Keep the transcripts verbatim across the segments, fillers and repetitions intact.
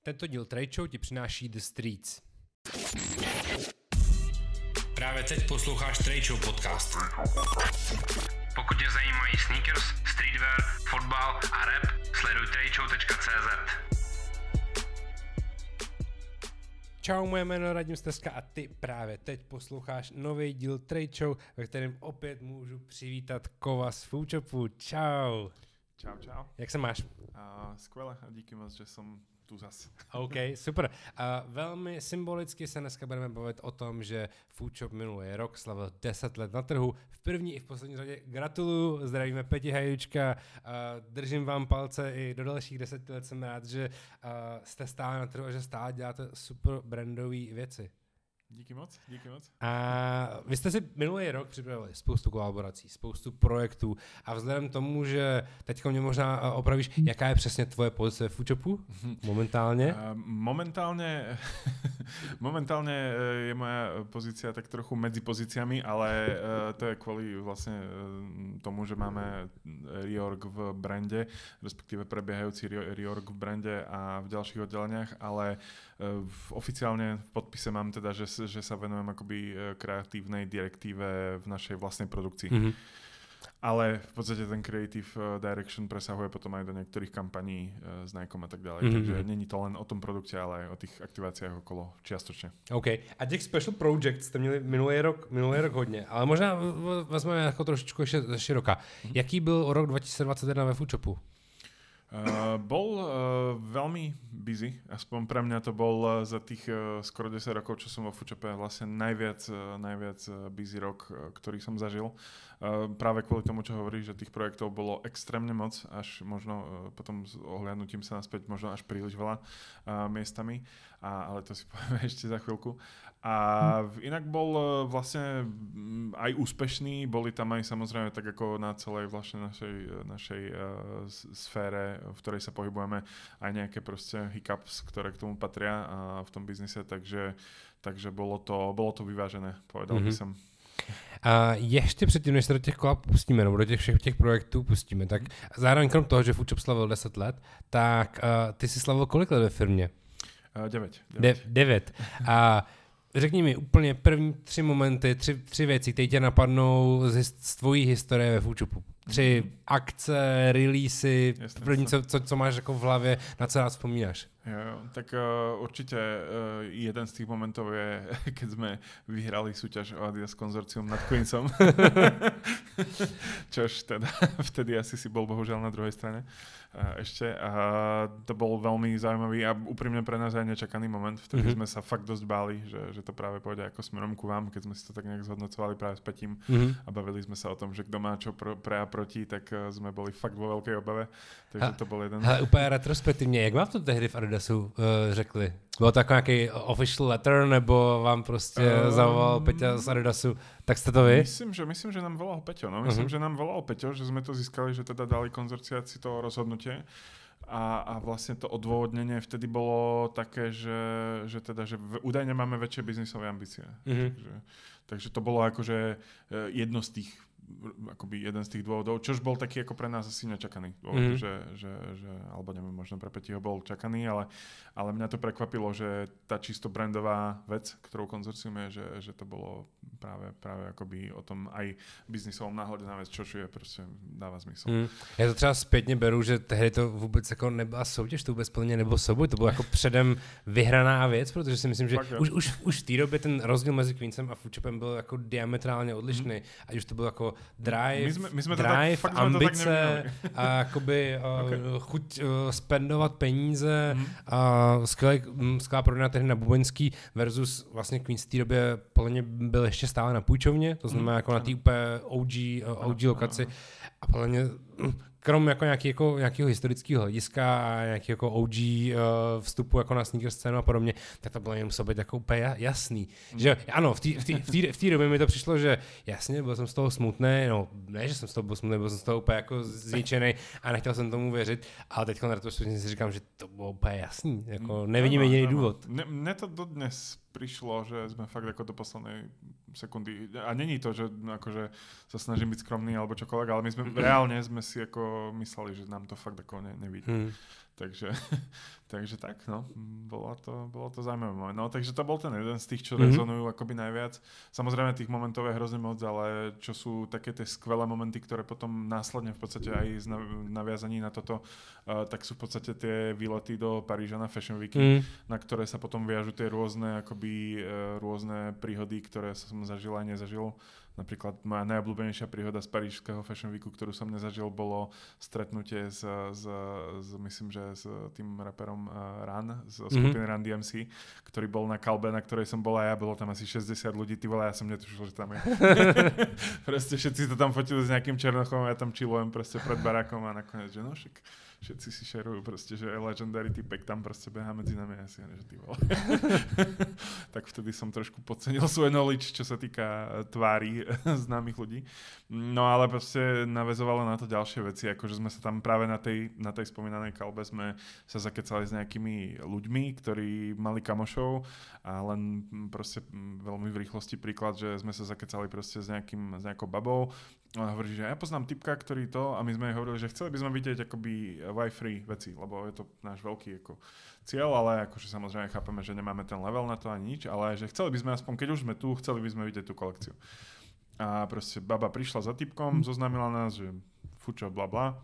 Tento díl Trade Show ti přináší The Streets. Právě teď posloucháš Trade Show podcast. Pokud tě zajímají sneakers, streetwear, fotbal a rap, sleduj tradeshow tečka cé zet. Čau, moje jméno je Radim Steska a ty právě teď posloucháš nový díl Trade Show, ve kterém opět můžu přivítat Kova z Foodshopu. Čau. Čau, čau. Jak se máš? Uh, skvěle a díky moc, že jsem tu zas. OK, super. Uh, velmi symbolicky se dneska budeme bavit o tom, že Foodshop minulý rok slavil deset let na trhu. V první i v poslední řadě gratuluju, zdravíme Peti Hajučka, uh, držím vám palce i do dalších deseti let, jsem rád, že uh, jste stále na trhu a že stále děláte super brandové věci. Díky moc, díky moc. A vy jste si minulý rok připravili spoustu kolaborací, spoustu projektů a vzhledem tomu, že teďka mě možná opravíš, jaká je přesně tvoje pozice v Foodshopu momentálně? Uh, momentálně, momentálně je moja pozícia tak trochu medzi pozíciami, ale uh, to je kvôli vlastne uh, tomu, že máme reorg v brande, respektíve prebiehajúci reorg v brande a v ďalších oddeleniach, ale uh, oficiálne v podpise mám teda, že že sa venujem akoby kreatívnej direktíve v našej vlastnej produkcii. Mm-hmm. Ale v podstate ten creative direction presahuje potom aj do niektorých kampaní s Nikeom a tak ďalej. Mm-hmm. Takže není to len o tom produkte, ale aj o tých aktiváciách okolo čiastočne. OK. A těch special projects jste měli minulý rok, minulý rok hodně, ale možná vezmeme jako trošičku ještě široká. Mm-hmm. Jaký byl rok dva tisíce dvacet jedna ve Foodshopu? Uh, bol uh, veľmi busy, aspoň pre mňa to bol uh, za tých uh, skoro desať rokov, čo som vo Foodshope, vlastne najviac, uh, najviac uh, busy rok, uh, ktorý som zažil. Uh, práve kvôli tomu, čo hovoríš, že tých projektov bolo extrémne moc, až možno uh, potom s ohľadnutím sa naspäť možno až príliš veľa uh, miestami, a, ale to si povieme ešte za chvíľku. A inak bol uh, vlastne aj úspešný, boli tam aj samozrejme tak ako na celej vlastne našej, našej uh, sfére, v ktorej sa pohybujeme, aj nejaké proste hiccups, ktoré k tomu patria a v tom biznise, takže, takže bolo to, bolo to vyvážené, povedal mm-hmm. by som. A ještě předtím, než se do těch kolab pustíme, nebo do těch všech těch projektů pustíme, tak zároveň krom toho, že Foodshop slavil deset let, tak uh, ty jsi slavil kolik let ve firmě? Uh, devět. De- devět. A řekni mi úplně první tři momenty, tři, tři věci, které tě napadnou z, z tvojí historie ve Foodshopu. Tři mm-hmm. akce, releasy, jasne, první, co, co, co máš jako v hlavě, na co rád vzpomínáš? Jo, jo, tak uh, určite uh, jeden z tých momentov je, keď sme vyhrali súťaž o Adidas konzorcium nad Queensom. Čož teda vtedy asi si bol bohužiaľ na druhej strane uh, ešte. A to bol veľmi zaujímavý a úprimne pre nás aj nečakaný moment. Vtedy mm-hmm. sme sa fakt dosť báli, že, že to práve pôjde ako smerom ku vám, keď sme si to tak nejak zhodnocovali práve s Petím mm-hmm. a bavili sme sa o tom, že kto má čo pro, pre a proti, tak uh, sme boli fakt vo veľkej obave. Takže ha, to bol jeden. Ale úplně retrospektivně, jak vám to tehdy v Adidasu uh, řekli? Bylo to jako nějaký official letter, nebo vám prostě um, zavolal Peťa z Adidasu, tak jste to vy? Myslím, že, myslím, že nám volal Peťo, no. Myslím, uh-huh. že nám volal Peťo, že sme to získali, že teda dali konzorciáci to rozhodnutie. A, a vlastne to odôvodnenie vtedy bolo také, že, že teda, že údajne máme väčšie biznisové ambície. Uh-huh. Takže, takže to bolo akože jedno z tých akoby jeden z tých dôvodov, čož bol taký ako pre nás asi nečakaný dôvod, mm. že, že, že, alebo neviem, možno pre Petiho bol čakaný, ale, ale mňa to prekvapilo, že tá čisto brandová vec, ktorou konzorcium je, že, že to bolo práve, práve akoby o tom aj biznisovom náhľade na vec, čož je prostě dává smysl. Mm. Já to třeba zpětně beru, že tehdy to vůbec jako nebyla soutěž, to vůbec plně nebo souboj, to bylo jako předem vyhraná věc, protože si myslím, že Fakt, už, už, už v té době ten rozdíl mezi Queensem a Foodshopem byl jako diametrálně odlišný, mm. ať už to bylo jako drive, my jsme, my jsme drive tak, ambice a jakoby okay. uh, chuť uh, spendovat peníze mm. a skvělá prodejna tehdy na Bubeňský versus vlastně Queens v té době podle mě byl ještě stále na půjčovně, to znamená mm. jako na té úplně O G, uh, O G lokaci a podle mě krom jako nějaký, jako, nějakého historického hlediska a nějaký jako O G uh, vstupu jako na sneaker scénu a podobně, tak to bylo jenom sobě jako úplně jasný. Mm. Že ano, v té době mi to přišlo, že jasně, byl jsem z toho smutný, no ne, že jsem z toho byl smutný, byl jsem z toho úplně jako zničený a nechtěl jsem tomu věřit, ale teď na to si říkám, že to bylo úplně jasný, jako nevidím no, jediný no, důvod. Mne to dodnes prišlo, že sme fakt ako do poslednej sekundy, a není to, že akože sa snažím byť skromný alebo čokoľvek, ale my sme reálne sme si ako mysleli, že nám to fakt ako ne, nevidí. Hmm. takže, takže tak, no, bolo to, bolo to zaujímavé. No, takže to bol ten jeden z tých, čo mm-hmm. rezonujú akoby najviac. Samozrejme tých momentov je hrozne moc, ale čo sú také tie skvelé momenty, ktoré potom následne v podstate aj z naviazaní na toto, uh, tak sú v podstate tie výlety do Paríža na Fashion Weeky, mm. na ktoré sa potom viažu tie rôzne akoby uh, rôzne príhody, ktoré som zažil aj nezažil. Napríklad moja najobľúbenejšia príhoda z parížského Fashion Weeku, ktorú som nezažil, bolo stretnutie s, s, s myslím, že s tým raperom uh, Run, z skupiny mm-hmm. Run D M C, ktorý bol na kalbe, na ktorej som bol a ja, bolo tam asi šesťdesiat ľudí, ty vole, ja som netušil, že tam je. Proste všetci to tam fotili s nejakým černochom a ja tam chillujem proste pred barákom a nakoniec, že no však všetci si šerujú proste, že legendary typek tam proste behá medzi nami a si že ty vole. Tak vtedy som trošku podcenil svoj knowledge, čo sa týka tvári známych ľudí. No ale proste naväzovalo na to ďalšie veci, akože sme sa tam práve na tej, na tej spomínanej kalbe sme sa zakecali s nejakými ľuďmi, ktorí mali kamošov a len proste veľmi v rýchlosti príklad, že sme sa zakecali proste s, nejakým, s nejakou babou. Ona hovorí, že ja poznám typka, ktorý to, a my sme jej hovorili, že chceli by sme vidieť akoby Wi-Fi veci, lebo je to náš veľký ako cieľ, ale akože samozrejme chápeme, že nemáme ten level na to ani nič, ale že chceli by sme aspoň, keď už sme tu, chceli by sme vidieť tú kolekciu. A proste baba prišla za typkom, zoznámila nás, že fučo, bla bla.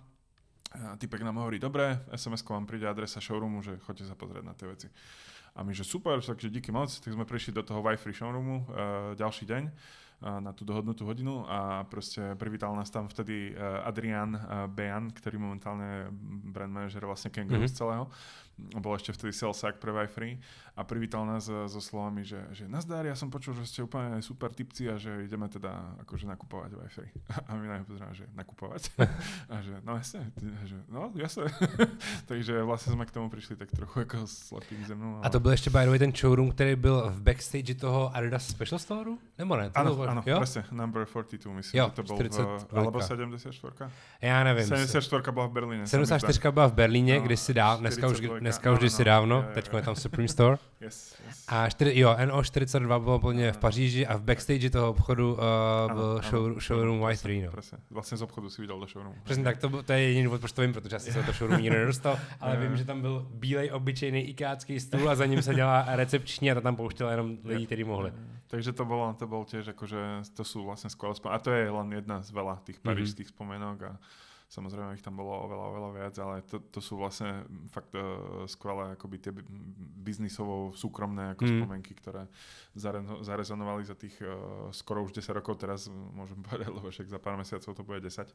A typek nám hovorí, dobre, es em eskou vám príde adresa showroomu, že choďte sa pozrieť na tie veci. A my, že super, takže díky moc, tak sme prišli do toho Wi-Fi showroomu uh, ďalší deň na tú dohodnutú hodinu a proste privítal nás tam vtedy Adrian Bejan, ktorý momentálne brand manager vlastne Kangaroo mm-hmm. z celého. Bol ešte vtedy salesák pre Wi-Fi a privítal nás so slovami, že, že nazdar, ja som počul, že ste úplne super tipci a že ideme teda akože nakupovať Wi-Fi. A my na ňu pozeráme, že nakupovať? A že no jasne, že no jasne. Takže vlastne sme k tomu prišli tak trochu ako slepým zemnou. Ale... A to byl ještě by the way ten showroom, který byl v backstage toho Adidas Special Store? Nebo ne? Ano, ano, presne, number čtyřicet dva, myslím, jo, že to bol v, alebo sedemdesiatštyri. Já nevím. sedemdesiatštyri byla v Berlíně. sedemdesiatštyri byla v Berlíně, no, kdysi dál, dneska už, dneska už kdysi dávno, teď je tam Supreme Store. Yes, yes. A čtyři, jo, N O čtyřicet dva bylo plně v Paříži a v backstage toho obchodu uh, ano, byl ano, show, ano, showroom Y tři. No. Presne, vlastně z obchodu si viděl do showroomu. Přesně tak, to, to je jediný důvod, proč to vím, protože já jsem se do showroomu nikdy nedostal, ale vím, že tam byl bílej obyčejný ikácký stůl a za ním seděla recepční a ta tam pouštěla jenom lidi, kteří mohli. Takže to bolo, to bol tiež akože, to sú vlastne skvelé spomienky. A to je len jedna z veľa tých parížských mm-hmm. spomienok a samozrejme ich tam bolo oveľa, oveľa viac, ale to, to sú vlastne fakt uh, skvelé akoby tie biznisovo súkromné ako mm. spomienky, ktoré zare, zarezonovali za tých uh, skoro už desať rokov, teraz môžem povedať, lebo však za pár mesiacov to bude desať.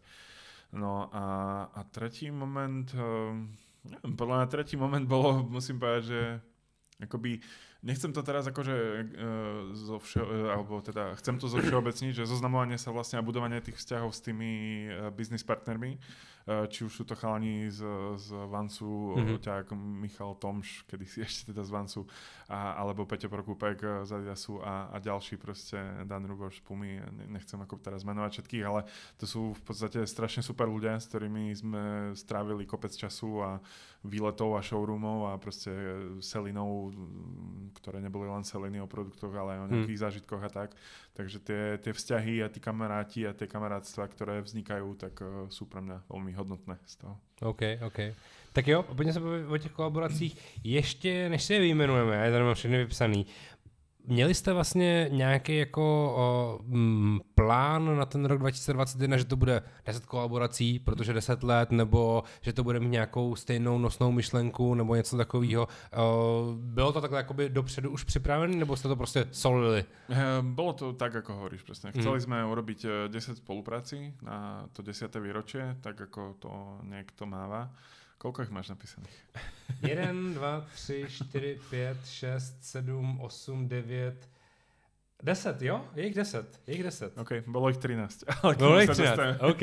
No a, a tretí moment, uh, neviem, podľa mňa tretí moment bolo, musím povedať, že akoby nechcem to teraz akože uh, zo všeo, uh, alebo teda chcem to zo všeobecniť, že zoznamovanie sa vlastne a budovanie tých vzťahov s tými uh, business partnermi, uh, či už sú to chalani z, z Vansu, mm-hmm. ťa ako Michal Tomš, kedysi ešte teda z Vansu, a, alebo Peťo Prokúpek z Adidasu a, a ďalší proste Dan Ruboš z Pumy, nechcem ako teraz menovať všetkých, ale to sú v podstate strašne super ľudia, s ktorými sme strávili kopec času a výletov a showroomov a proste selinov, ktoré neboli len seliny o produktoch, ale aj o nejakých hmm. zážitkoch a tak. Takže tie, tie vzťahy a tí kamaráti a tie kamarátstva, ktoré vznikajú, tak uh, sú pre mňa veľmi hodnotné z toho. OK, OK. Tak jo, pojďme se bavit o těch kolaboracích. Ještě, než si je vyjmenujeme, já tady mám všechny vypsaný, měli jste vlastně nějaký jako o, m, plán na ten rok dva tisíce dvacet jedna, že to bude deset kolaborací, protože deset let, nebo že to bude mít nějakou stejnou nosnou myšlenku, nebo něco takového. Bylo to takhle jakoby dopředu už připravené, nebo jste to prostě solili? Bolo to tak, ako hovoríš, presne. Chceli mm. sme urobiť desať spolupráci na to desiate výročie, tak ako to niekto máva. Koľko ich máš napísaných? jeden, dva, tři, čtyři, pět, šest, sedm, osm, devět, deset, jo? Je ich deset, je ich deset. OK, bolo ich trinásť. Bolo ich trinásť, OK.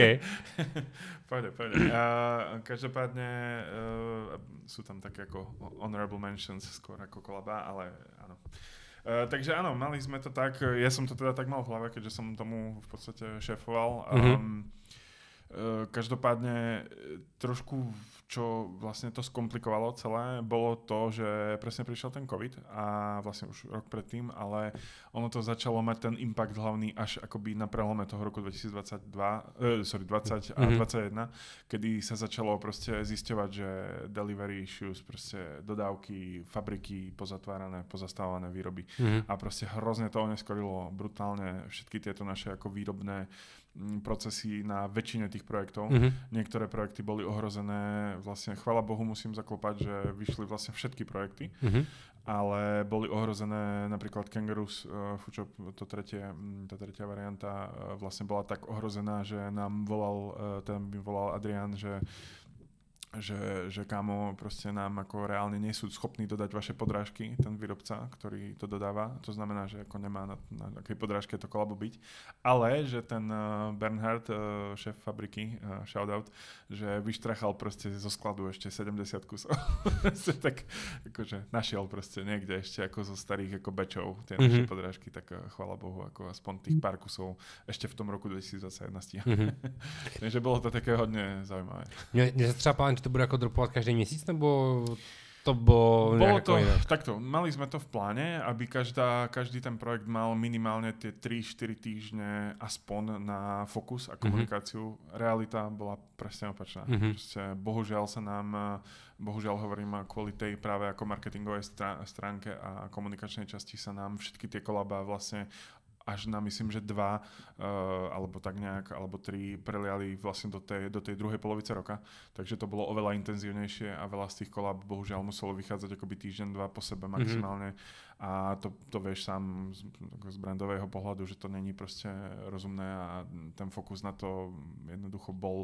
Pojde, pojde. Uh, každopádne uh, sú tam také ako honorable mentions skôr ako kolaba, ale áno. Uh, takže áno, mali sme to tak, ja som to teda tak mal v hlave, keďže som tomu v podstate šéfoval. Um, mm-hmm. Každopádne trošku, čo vlastne to skomplikovalo celé, bolo to, že presne prišiel ten COVID a vlastne už rok predtým, ale ono to začalo mať ten impact hlavný až akoby na prelome toho roku dvetisícdvadsaťdva, eh, sorry, dvadsať a dvadsaťjeden, kedy sa začalo proste zisťovať, že delivery issues, proste dodávky, fabriky pozatvárané, pozastavované výroby mm-hmm. a proste hrozne to oneskorilo brutálne všetky tieto naše ako výrobné procesy na väčšine tých projektov. Mm-hmm. Niektoré projekty boli ohrozené, vlastne chvála Bohu musím zaklopať, že vyšli vlastne všetky projekty, mm-hmm. ale boli ohrozené napríklad Kangaroos, uh, Foodshop, to tretie, tá tretia varianta uh, vlastne bola tak ohrozená, že nám volal, uh, ten by volal Adrian, že že, že kámo, proste nám ako reálne nie sú schopní dodať vaše podrážky, ten výrobca, ktorý to dodáva. To znamená, že ako nemá na, na akej podrážke to kolabo byť. Ale, že ten uh, Bernhard, uh, šéf fabriky, uh, shoutout, že vyštrachal proste zo skladu ešte sedemdesiat kusov. tak akože našiel proste niekde ešte ako zo starých ako bečov tie mm-hmm. naše podrážky, tak uh, chvála Bohu, ako aspoň tých pár kusov ešte v tom roku dvetisícdvadsaťjeden stíha. Mm-hmm. Takže bolo to také hodne zaujímavé. Mne sa třeba plán, to bude ako dropovať každý měsíc, nebo to bolo Bolo to inak? takto, mali sme to v pláne, aby každá, každý ten projekt mal minimálne tie tri štyri týždne aspoň na fokus a komunikáciu. Mm-hmm. Realita bola presne opačná. Mm-hmm. Proste, bohužiaľ sa nám, bohužiaľ hovorím kvôli tej práve ako marketingovej stránke a komunikačnej časti sa nám všetky tie kolabá vlastne až na myslím, že dva, uh, alebo tak nejak, alebo tri preliali vlastne do tej, do tej druhej polovice roka. Takže to bolo oveľa intenzívnejšie a veľa z tých kolab bohužiaľ muselo vychádzať akoby týždeň, dva po sebe maximálne. Mm-hmm. A to, to vieš sám z, z brandového pohľadu, že to není proste rozumné a ten fokus na to jednoducho bol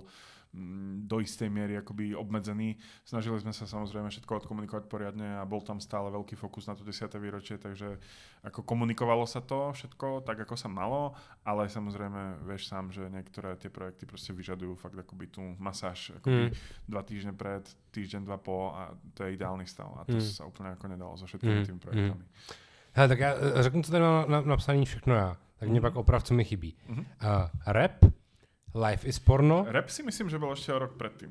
do istej miery akoby obmedzený. Snažili sme sa samozrejme všetko odkomunikovať poriadne a bol tam stále veľký fokus na to desiate výročie, takže ako komunikovalo sa to všetko tak, ako sa malo, ale samozrejme vieš sám, že niektoré tie projekty proste vyžadujú fakt akoby tú masáž akoby mm. dva týždne pred, týždeň, dva po a to je ideálny stav a to mm. sa úplne ako nedalo so všetkými mm. tými projektami. Mm. Hele, tak já řeknu, co tady mám na, napsaný všechno já, tak mě mm. pak oprav, co mi chybí. Mm. Uh, rap, Life is porno. Rap si myslím, že byl ještě o rok předtím.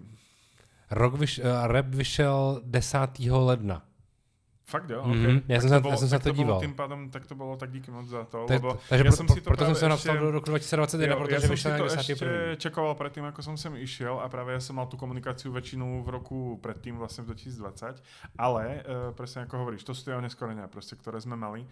Rok vyš, uh, rap vyšel desátého ledna. Fakt jo? Mm-hmm. Okay. Já, jsem to se, bylo, já jsem se na to díval. Tím pádem, tak to bylo tak díky moc za to. Te, lebo takže já pro, jsem si to proto jsem se ještě, napsal do roku dvacet dvacet jedna, jo, protože vyšel na desátého prvního. Já jsem si to ještě čekoval předtím, jako jsem sem išiel a právě já jsem mal tu komunikaci většinou v roku předtím, vlastně v dvetisícdvadsať, ale uh, přesně jako hovoríš, to jsou ty oneskorenia, prostě, které jsme mali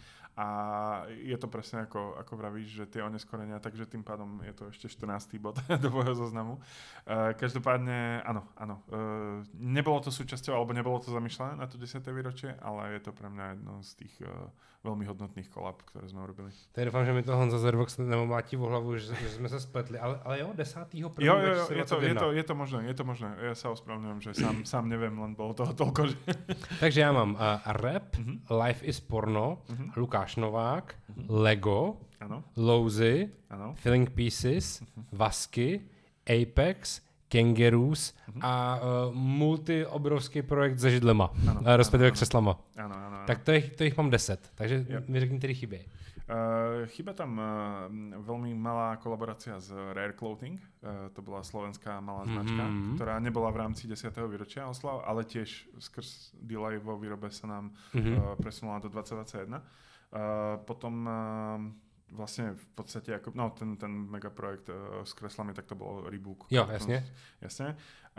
a je to přesně jako, jako vravíš, že ty oneskorenia, takže tím pádem je to ještě čtrnáctý bod do svojho zoznamu. Uh, každopádně, ano, ano, uh, nebylo to súčasťou, alebo nebylo to zamýšlené na to desiate výročie, ale je to pro mě jedno z těch uh, velmi hodnotných kolab, které jsme urobili. Tak doufám, že mi to Honza Zervox nemátí v hlavu, že, že jsme se spletli, ale, ale jo, desátého prvního. Jo, jo, jo, je to, je, to, je to možné, je to možné. Já se ospravedlňujem, že sám, sám nevím, len bylo toho tolko, že... Takže já mám uh, rap, mm-hmm. Life is porno, mm-hmm. Lukáš Novák, mm-hmm. Lego, ano. Louzy, ano. Filling Pieces, mm-hmm. Vasky, Apex, Kangaroos mm-hmm. a uh, multi obrovský projekt se židlema, ano, uh, respektive ano, křeslama. Ano, ano, ano. Tak to, je, to jich mám deset, takže jo. mi řekni, který chybí. Uh, chyba tam uh, veľmi malá kolaborácia s Rare Clothing, uh, to bola slovenská malá značka, mm-hmm. ktorá nebola v rámci desiateho výročia oslav, ale tiež skrz delay vo výrobe sa nám mm-hmm. uh, presunula do dvacet dvacet jedna. Uh, potom uh, vlastne v podstate ako, no ten, ten megaprojekt uh, s kreslami, tak to bolo Rebook. Jo, jasne. Jasne.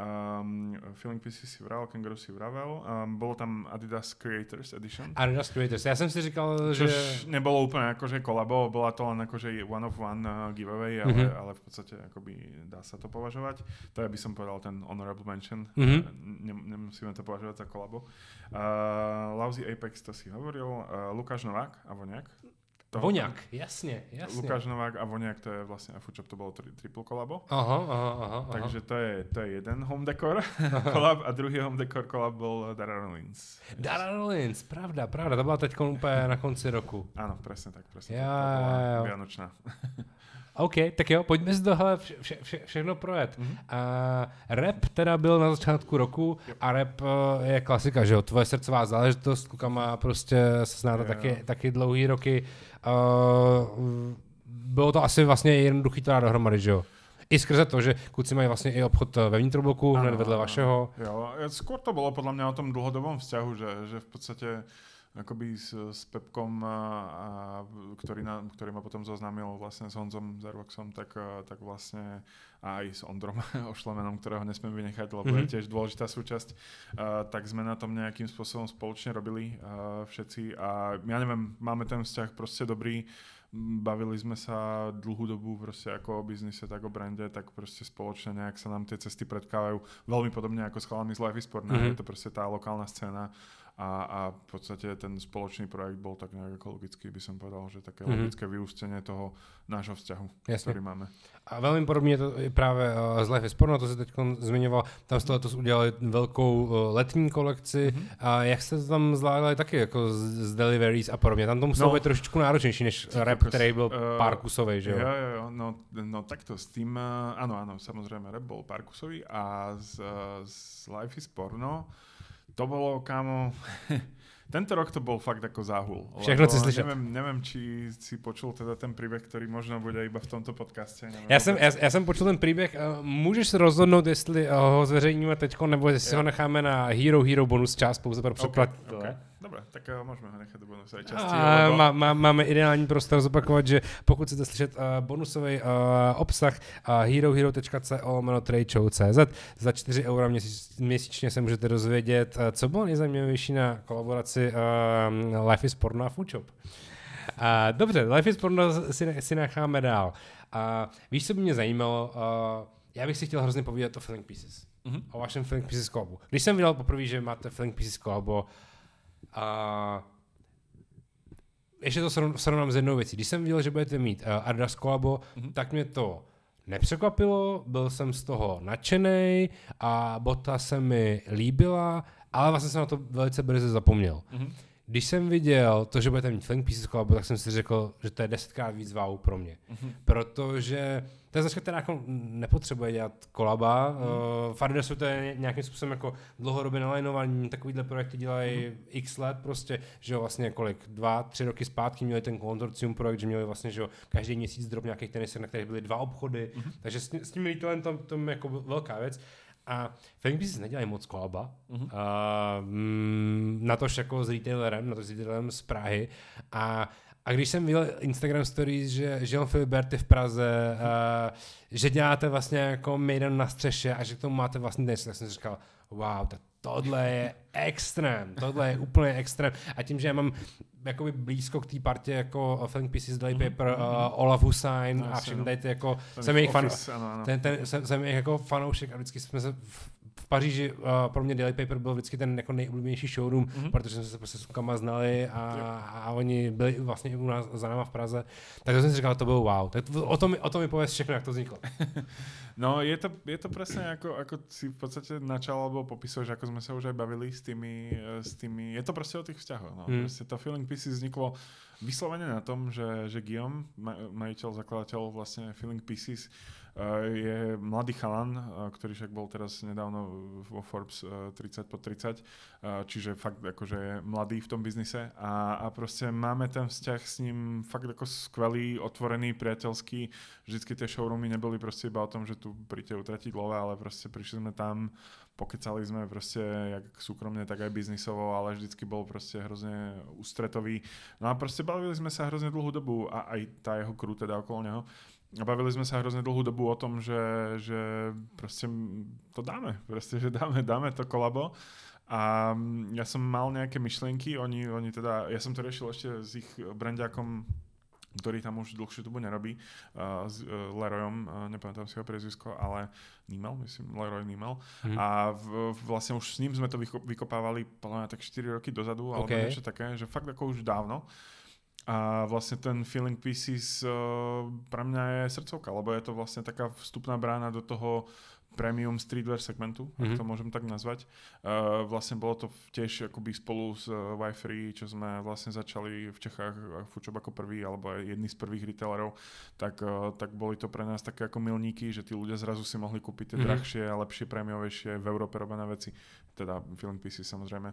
Um, Filling Pieces si vravel, Kangaroo si vravel. Um, bolo tam Adidas Creators Edition. Adidas Creators. Ja som si říkal, že... Čož nebolo úplne akože kolabo, bola to len akože one of one uh, giveaway, ale, mm-hmm. ale v podstate akoby dá sa to považovať. To ja by som povedal ten honorable mention. Mm-hmm. Nem, nemusíme to považovať za kolabo. Uh, Lousy Apex, to si hovoril. Uh, Lukáš Novák a Voniak. Voniak, jasně, jasně. Lukáš Novák a Voniak, to je vlastně Foodshop, to bylo tri, triple kolabo. Aha, aha, aha. Takže to je, to je jeden home decor kolab a druhý home decor kolab byl Dara Rollins. Dara Rollins, pravda, pravda, to byla teď úplně na konci roku. Ano, přesně tak, přesně já, tak, to byla jo. Vianočná. OK, tak jo, pojďme si tohle vše, vše, vše, všechno projet. Mm-hmm. Uh, rap teda byl na začátku roku yep. a rap uh, je klasika, že jo, tvoje srdcová záležitost, klukama prostě se znáte yeah. taky, taky dlouhý roky. Uh, bylo to asi vlastně jednoduchý to dát dohromady, že jo? I skrze to, že kluci mají vlastně i obchod ve vnitrobloku, hned vedle vašeho. Jo, skôr to bolo podľa mňa o tom dlhodobom vzťahu, že, že v podstate akoby s, s Pepkom, a, a, ktorý, na, ktorý ma potom zoznámil vlastne s Honzom Zervoxom, tak, tak vlastne aj s Ondrom Ošlemenom, ktorého nesmiem vynechať, lebo mm-hmm. je tiež dôležitá súčasť, uh, tak sme na tom nejakým spôsobom spoločne robili uh, všetci a ja neviem, máme ten vzťah proste dobrý, bavili sme sa dlhú dobu proste ako o biznise, tak o brande, tak proste spoločne nejak sa nám tie cesty predkávajú veľmi podobne ako s chalami z Life is Sport, mm-hmm. je to proste tá lokálna scéna. A, a v podstate ten spoločný projekt bol tak nejak ekologický, by som povedal, že také mm-hmm. logické vyústenie toho nášho vzťahu, Jasne. Ktorý máme. A velmi podobně to je právě uh, z Life is Porno, to se teď zmiňoval, tam jste letos udělali velkou uh, letní kolekci mm-hmm. a jak jste to tam zvládali taky jako z, z deliveries a podobně, tam to muselo no, být trošičku náročnější než rap, který byl uh, pár kusový, že jo? Jo, jo, jo, no, no takto s tím, uh, ano, ano, samozřejmě rap bol pár kusový a z, uh, z Life is Porno to bolo, kámo, tento rok to bol fakt ako záhul. Všechno si slyšet. Neviem, neviem, či si počul teda ten príbeh, ktorý možno bude iba v tomto podcaste. Neviem, já, jsem, já, já jsem počul ten příběh. Můžeš se rozhodnout, jestli ho zveřejníme teďko, nebo jestli si ho necháme na Hero Hero bonus část pouze pro předplatitele. Okay, okay. Dobre, tak uh, môžeme ho nechať do bonusovej časti. A lebo... má, má, máme ideální prostor zopakovat, že pokud chcete slyšet uh, bonusový uh, obsah uh, herohero.co lomeno tradeshow tečka cz za čtyři eura měsíc, měsíčně se můžete dozvědět, uh, co bylo nejzajímavější na kolaboraci uh, Life is Porno a Foodshop. Uh, dobře, Life is Porno si, si necháme dál. Uh, víš, co by mě zajímalo? Uh, já bych si chtěl hrozně povídat o Filling Pieces. Mm-hmm. O vašem Filling Pieces kolabu. Když jsem viděl poprvé, že máte Filling Pieces kolabo, a ještě to srovnám s jednou věcí. Když jsem viděl, že budete mít uh, Adidas kolabo, mm-hmm. tak mě to nepřekvapilo, byl jsem z toho nadšenej a bota se mi líbila, ale vlastně jsem na to velice brzy zapomněl. Mm-hmm. Když jsem viděl to, že budete mít Filling Pieces kolabo, tak jsem si řekl, že to je desetkrát víc wow pro mě. Mm-hmm. Protože to je značka, která jako nepotřebuje dělat kolaba. Mm. Uh, v Adidasu to je nějakým způsobem jako dlouhodobě nalajnovaný, takovýhle projekty dělají mm. x let prostě, že jo, vlastně kolik, dva, tři roky zpátky měli ten konzorcium projekt, že měli vlastně, že jo, každý měsíc drop nějakých tenisek, na kterých byly dva obchody, mm. takže s, s tím retailerem to, to je jako velká věc. A Filling Pieces nedělají moc kolaba, mm-hmm. uh, mm, na tož jako s retailerem, na tož s retailerem z Prahy a A když jsem viděl Instagram stories, že Jean-Philippe Bert je v Praze, uh, že děláte vlastně jako mejdan na střeše a že k tomu máte vlastní tenis, tak jsem si říkal, wow, tohle je extrém, tohle je úplně extrém. A tím, že já mám jakoby blízko k té partě jako Filling Pieces, Daily mm-hmm. Paper, uh, Olaf Hussein no, a všechny tady ty jako, jsem jejich, fan, ten, ten, jsem, jsem jejich jako fanoušek a vždycky jsme se v, v Paříži, uh, pro mě Daily Paper byl vždycky ten jako nejoblíbenější showroom, mm-hmm. protože jsme se prostě s klukama znali a, a oni byli vlastně i u nás za náma v Praze. Tak to jsem si říkal, to bylo wow. Tak o tom, o tom mi pověz všechno, jak to vzniklo. No je to, je to presne ako, ako si v podstate načal alebo popisuješ, ako sme sa už aj bavili s tými, s tými je to proste o tých vzťahoch. No. Mm. Proste to Filling Pieces vzniklo vyslovene na tom, že, že Guillaume, majiteľ, zakladateľ vlastne Filling Pieces, je mladý chalan, ktorý však bol teraz nedávno vo Forbes tridsať pod tridsať, čiže fakt akože je mladý v tom biznise a, a proste máme ten vzťah s ním fakt ako skvelý, otvorený, priateľský. Vždycky tie showroomy neboli proste iba o tom, že tu príďte utratiť love, ale proste prišli sme tam, pokecali sme proste jak súkromne, tak aj biznisovo, ale vždycky bol proste hrozne ústretový. No a proste bavili sme sa hrozne dlhú dobu a aj tá jeho crew teda okolo neho. A bavili sme sa hrozne dlhú dobu o tom, že, že proste to dáme, proste, že dáme, dáme to kolabo. A ja som mal nejaké myšlienky, oni, oni teda, ja som to riešil ešte s ich brandiakom, ktorý tam už dlhšiu dobu nerobí, uh, s uh, Leroyom, uh, nepamätám si ho priezvisko, ale Nímel, myslím, Leroy Nímel. Mm. A v, vlastne už s ním sme to vykopávali podľa mňa tak štyri roky dozadu, alebo okay. niečo také, že fakt ako už dávno. A vlastne ten Filling Pieces uh, pre mňa je srdcovka, lebo je to vlastne taká vstupná brána do toho premium streetwear segmentu, mm-hmm. ak to môžem tak nazvať. Uh, vlastne bolo to tiež akoby spolu s uh, Y-Free, čo sme vlastne začali v Čechách, Foodshop ako prvý, alebo aj jedný z prvých retailerov, tak, uh, tak boli to pre nás také ako milníky, že tí ľudia zrazu si mohli kúpiť tie mm-hmm. drahšie a lepšie prémiovejšie v Európe robené veci, teda Feeling Pieces samozrejme,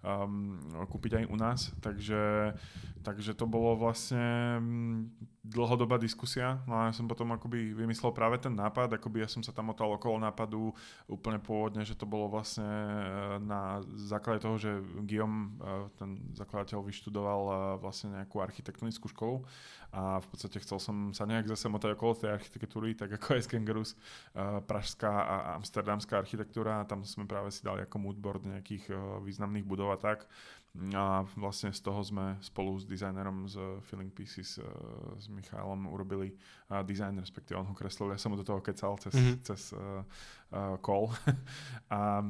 um, kúpiť aj u nás. Takže, takže to bolo vlastne dlhodobá diskusia. No a ja som potom akoby vymyslel práve ten nápad, akoby ja som sa tam otal okolo nápadu úplne pôvodne, že to bolo vlastne na základe toho, že Guillaume, ten zakladateľ, vyštudoval vlastne nejakú architektonickú školu a v podstate chcel som sa nejak zase motať okolo tej architektúry, tak ako aj Skangaroos, pražská a amsterdamská architektúra, a tam sme práve si dali ako moodboard nejakých významných budov a tak. A vlastne z toho sme spolu s dizajnerom z Feeling Pieces, s Michailom, urobili dizajn, respektíve on ho kreslil, ja som mu do toho kecal cez, mm-hmm. cez uh, uh, call. a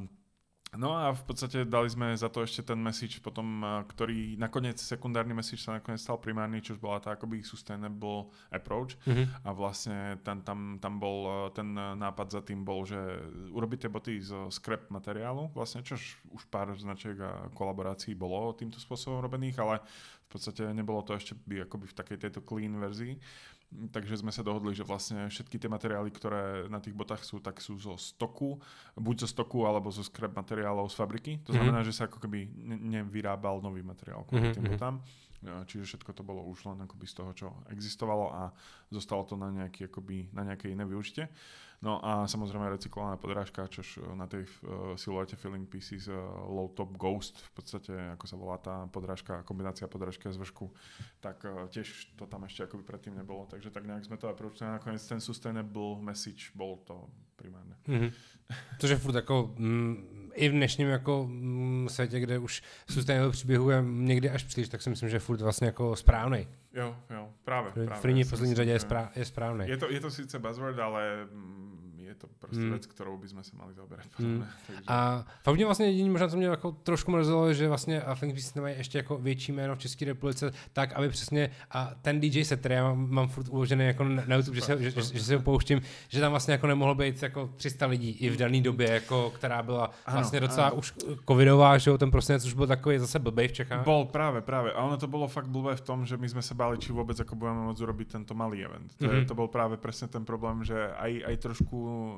No a v podstate dali sme za to ešte ten message potom, ktorý nakoniec, sekundárny message sa nakoniec stal primárny, čo bola tá akoby sustainable approach. Mm-hmm. A vlastne tam, tam, tam bol ten nápad za tým bol, že urobiť tie boty zo scrap materiálu, vlastne, čož už pár značiek a kolaborácií bolo týmto spôsobom robených, ale v podstate nebolo to ešte by akoby v takej tejto clean verzii. Takže sme sa dohodli, že vlastne všetky tie materiály, ktoré na tých botách sú, tak sú zo stoku, buď zo stoku, alebo zo scrap materiálov z fabriky. To znamená, mm-hmm. že sa ako keby nevyrábal nový materiál kvôli mm-hmm. tým botám. Čiže všetko to bolo už len akoby z toho, čo existovalo a zostalo to na, nejaký, akoby, na nejaké iné využitie. No a samozrejme recyklovaná podrážka, čož na tej uh, siluete Feeling Pieces uh, Low Top Ghost, v podstate ako sa volá tá podrážka, kombinácia podrážky a zvršku, tak uh, tiež to tam ešte akoby predtým nebolo. Takže tak nejak sme to approachli a nakoniec ten sustainable message bol to primárne. Mm-hmm. Což je furt jako mm, i v dnešním jako mm, světě, kde už sustainable příběhu je někdy až příliš, tak si myslím, že je furt vlastně jako správnej. Jo, jo, práve. V první poslední řadě je, správ, je správnej. Je to, je to síce buzzword, ale je to prostě hmm. věc, kterou bychom se mali zaoberať. Hmm. Takže... A fakt mě vlastně jediný, možná to mě jako trošku mrzelo, že vlastně Feeling Pieces nemají ještě jako větší jméno v České republice, tak aby přesně a ten D J set, který já mám, mám furt uložený jako na YouTube, že, se, že, že, že se ho pouštím, že tam vlastně jako nemohlo být jako tři sta lidí i v dané době, jako, která byla vlastně ano, docela ano. už covidová, že ten prosinec už byl takový zase blbej v Čechách. Bol práve, práve. A ono to bolo fakt blbé v tom, že my sme sa báli, či vôbec ako budeme môcť urobiť tento malý event. To, mm-hmm. je, to bol práve presne ten problém, že aj, aj trošku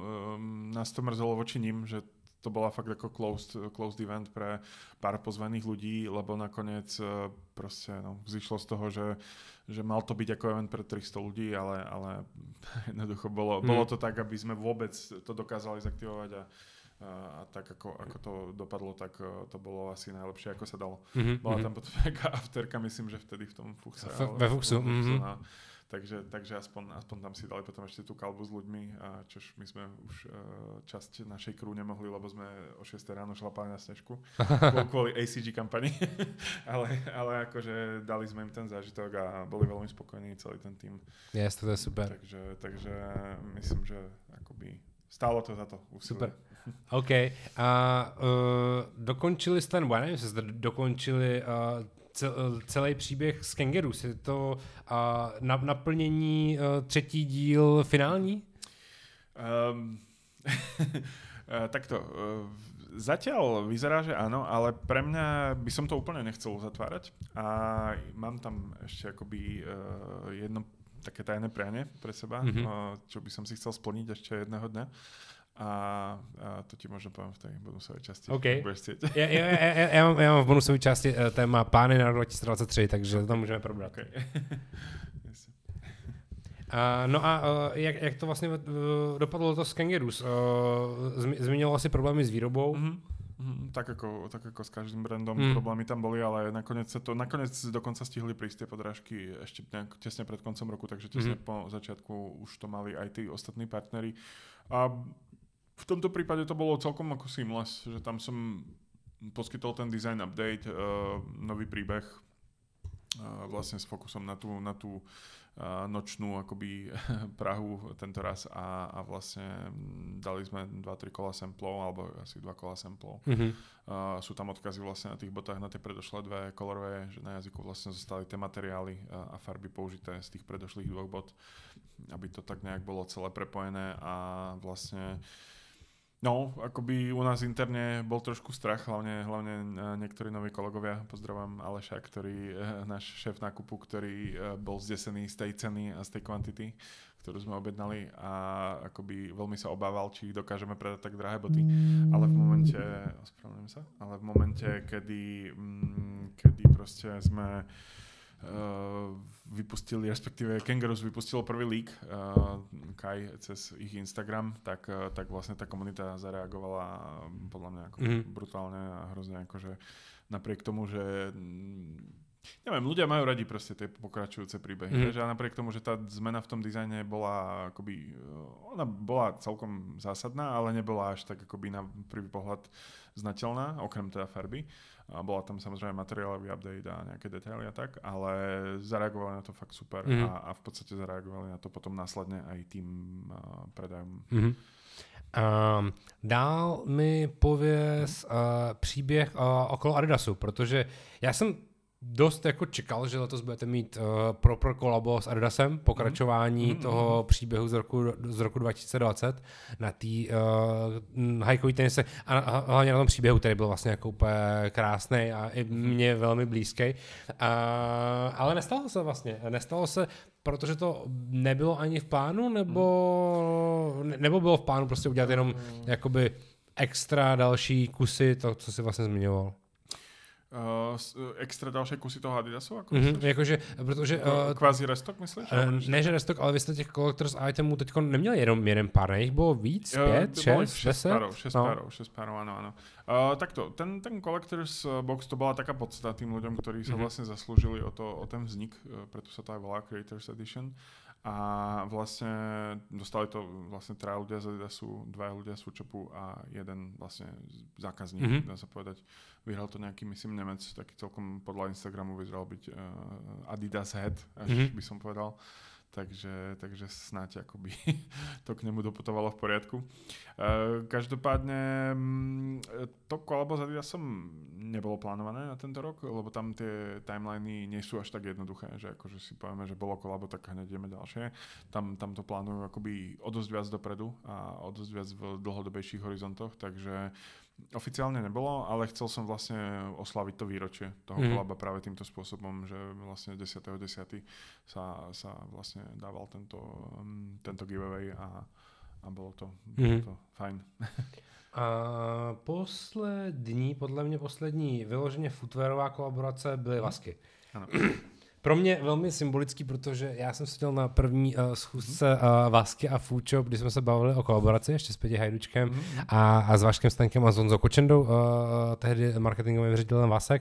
um, nás to mrzelo voči ním, že to bola fakt ako closed, closed event pre pár pozvaných ľudí, lebo nakoniec uh, proste no, vzýšlo z toho, že, že mal to byť ako event pre tristo ľudí, ale, ale jednoducho bolo, mm. bolo to tak, aby sme vôbec to dokázali zaktivovať a a tak ako, ako to dopadlo, tak to bolo asi najlepšie, ako sa dalo. Mm-hmm. Bola tam potom nejaká afterka, myslím, že vtedy v tom Fuchse. F- ve Fuchsu. Mm-hmm. A, takže, takže aspoň, aspoň tam si dali potom ešte tú kalbu s ľuďmi, a čož my sme už uh, časť našej crew nemohli, lebo sme o šiestej ráno šlapali na snežku kvôli A C G kampani. ale, ale akože dali sme im ten zážitok a boli veľmi spokojní celý ten tým. Yes, to je super. Takže, takže myslím, že akoby stálo to za to úsilie. Super. OK. A uh, dokončili jste, nebo já nevím, jestli jste dokončili uh, cel, celý příběh z Kangaroos. Je to uh, na, naplnění uh, třetí díl finální? Um, takto. Uh, zatiaľ vyzerá, že áno, ale pre mňa by som to úplne nechcel zatvárať. A mám tam ešte akoby uh, jedno také tajné prianie pre seba, mm-hmm. uh, čo by som si chcel splniť ešte jedného dňa. A, a to ti možno poviem v tej bonusovej časti. OK. Ja, ja, ja, ja, mám, ja mám v bonusovej časti uh, téma plány na rok dvacet dvacet tři, takže to tam můžeme probrat. Okay. yes. uh, no a uh, jak, jak to vlastně uh, dopadlo to s Kangaroos? Uh, zmi, zmínilo asi problémy s výrobou? Mm-hmm. Mm, tak, ako, tak ako s každým brandom mm. problémy tam boli, ale nakoniec sa to, nakoniec dokonca stihli prísť tie podrážky ešte nejak tesne pred koncom roku, takže tesne mm. po začiatku už to mali aj tí ostatní partneri. A v tomto prípade to bolo celkom ako seamless, že tam som poskytol ten design update, uh, nový príbeh, uh, vlastne s fokusom na tú, na tú uh, nočnú akoby Prahu tento raz a, a vlastne dali sme dva tri kola samplov, alebo asi dva kola samplov. Mm-hmm. Uh, sú tam odkazy vlastne na tých botách na tie predošlé dve colorwaye, že na jazyku vlastne zostali tie materiály uh, a farby použité z tých predošlých dvoch bot, aby to tak nejak bolo celé prepojené a vlastne No, akoby u nás interne bol trošku strach, hlavne, hlavne niektorí noví kolegovia. Pozdravujem Aleša, ktorý, náš šéf nákupu, ktorý bol zdesený z tej ceny a z tej kvantity, ktorú sme objednali a akoby veľmi sa obával, či dokážeme predať tak drahé boty. Ale v momente, ospravedlňujem sa, ale v momente, kedy, kedy proste sme Uh, vypustili, respektíve Kangaroos vypustilo prvý leak uh, Kai cez ich Instagram, tak, uh, tak vlastne tá komunita zareagovala podľa mňa ako mm-hmm. brutálne a hrozne akože napriek tomu, že neviem, ľudia majú radi proste tie pokračujúce príbehy, mm-hmm. že a napriek tomu, že tá zmena v tom dizajne bola akoby, ona bola celkom zásadná, ale nebola až tak akoby na prvý pohľad znateľná, okrem teda farby. A bola tam samozrejme materiálový update a nejaké detaily a tak, ale zareagovali na to fakt super mm-hmm. a, a v podstate zareagovali na to potom následne aj tým uh, predajom. Mm-hmm. Um, dál mi pověz uh, příběh uh, okolo Adidasu, protože já jsem dost jako čekal, že letos budete mít uh, proper kolabo s Adidasem, pokračování mm-hmm. toho příběhu z roku, z roku dva tisíce dvacet na té uh, hajkový tenise a, a hlavně na tom příběhu, který byl vlastně jako úplně krásný a i mě velmi blízký. Uh, ale nestalo se vlastně, nestalo se, protože to nebylo ani v plánu, nebo, nebo bylo v plánu prostě udělat jenom jakoby extra další kusy, to, co jsi vlastně zmiňoval. Uh, extra další kusy toho Adidasu? Jako mm-hmm, jakože, protože... Uh, Kvázi restock, myslíš? Uh, ne, že restock, ale vy jste těch collectors itemů teďko neměli jenom jeden pár, ne? Jich bylo víc? Uh, pět, šest, šest párov, šest no. párov, šest párov, áno, áno. Uh, takto, ten, ten collectors box, to bola taká podstata tým ľuďom, ktorí sa mm-hmm. vlastne zaslúžili o, to, o ten vznik, preto sa to aj volá Creators Edition. A vlastne dostali to vlastne traja ľudia z Adidasu, dvaja ľudia z Foodshopu a jeden vlastne zákazník, mm-hmm. dá sa povedať. Vyhral to nejaký, myslím, Nemec, taký celkom podľa Instagramu vyzeral byť uh, Adidas Head, až mm-hmm. by som povedal. Takže, takže snáď akoby to k nemu doputovalo v poriadku. Uh, každopádne to kolabo s Adidasom nebolo plánované na tento rok, lebo tam tie timeliny nie sú až tak jednoduché, že akože si povieme, že bolo kolabo, tak hneď ideme ďalšie. Tam, tam to plánujú akoby o dosť viac dopredu a o dosť viac v dlhodobejších horizontoch, takže oficiálne nebolo, ale chcel som vlastne oslaviť to výročie toho mm. kolaba práve týmto spôsobom, že vlastne desiateho desiateho sa, sa vlastne dával tento, um, tento giveaway a, a bolo to, bolo mm. to fajn. A poslední, podle mě poslední vyloženě footwearová kolaborace byly Vasky. Ano. Pro mě velmi symbolický, protože já jsem seděl na první uh, schůzce uh, Vasky a Foodshop, kdy jsme se bavili o kolaboraci ještě s Pěti Hajdučkem mm-hmm. a, a s Vaškem Stankem a s Honzou Kočendou, uh, tehdy marketingovým ředitelem Vasek.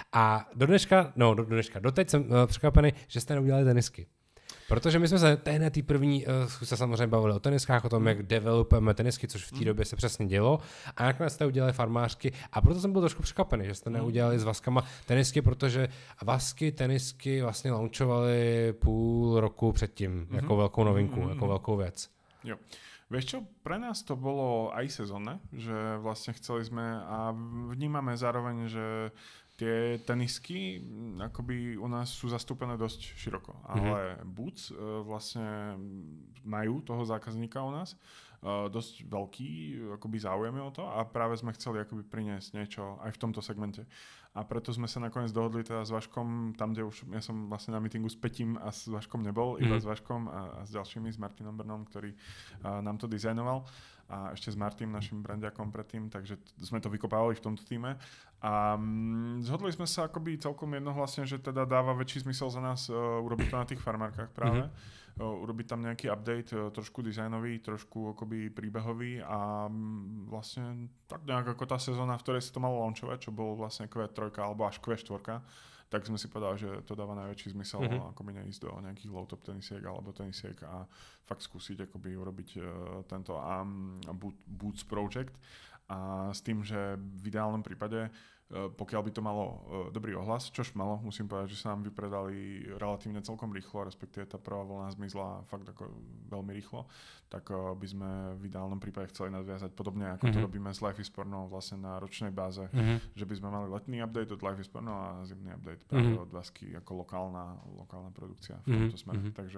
A do dneška, no do dneška, doteď jsem uh, překvapený, že jste neudělali tenisky. Protože my jsme se tehdy té první uh, se samozřejmě bavili o teniskách, o tom, jak developujeme tenisky, což v té době se přesně dělo. A nakonec jste udělali farmářky a proto jsem byl trošku překvapený, že jste neudělali s Vaskama tenisky, protože Vasky tenisky vlastně launchovali půl roku předtím, mm-hmm. jako velkou novinku, mm-hmm. jako velkou věc. Jo. Vieš čo, pre nás to bolo aj sezónne, že vlastne chceli sme a vnímame zároveň, že tie tenisky akoby u nás sú zastúpené dosť široko, ale mm-hmm. Boots uh, vlastne majú toho zákazníka u nás, uh, dosť veľký akoby záujem o to a práve sme chceli akoby priniesť niečo aj v tomto segmente. A preto sme sa nakoniec dohodli teda s Vaškom, tam, kde už ja som vlastne na meetingu s Petím a s Vaškom nebol, mm-hmm. iba s Vaškom a, a s ďalšími, s Martinom Brnom, ktorý uh, nám to dizajnoval a ešte s Martým, našim brandiakom predtým, takže t- sme to vykopávali v tomto týme. A um, zhodli sme sa akoby celkom jednohlasne, že teda dáva väčší zmysel za nás uh, urobiť to na tých farmárkach práve. Mm-hmm. Uh, urobiť tam nejaký update, uh, trošku dizajnový, trošku akoby príbehový a um, vlastne tak nejak ako tá sezóna, v ktorej sa to malo launchovať, čo bol vlastne kvé tri alebo až kvé štyri, tak sme si povedali, že to dáva najväčší zmysel mm-hmm. akoby neísť do nejakých low top tenisiek alebo tenisiek a fakt skúsiť akoby urobiť uh, tento um, boot, Boots Project a s tým, že v ideálnom prípade pokiaľ by to malo uh, dobrý ohlas, čož malo, musím povedať, že sa nám vypredali relatívne celkom rýchlo, respektíve tá prvá vlna zmizla fakt ako veľmi rýchlo, tak uh, by sme v ideálnom prípade chceli nadviazať podobne, ako mm-hmm. to robíme s Life is Porno vlastne na ročnej báze, mm-hmm. že by sme mali letný update od Life is Porno a zimný update práve mm-hmm. od Vasky ako lokálna, lokálna produkcia v tomto mm-hmm. smere. Takže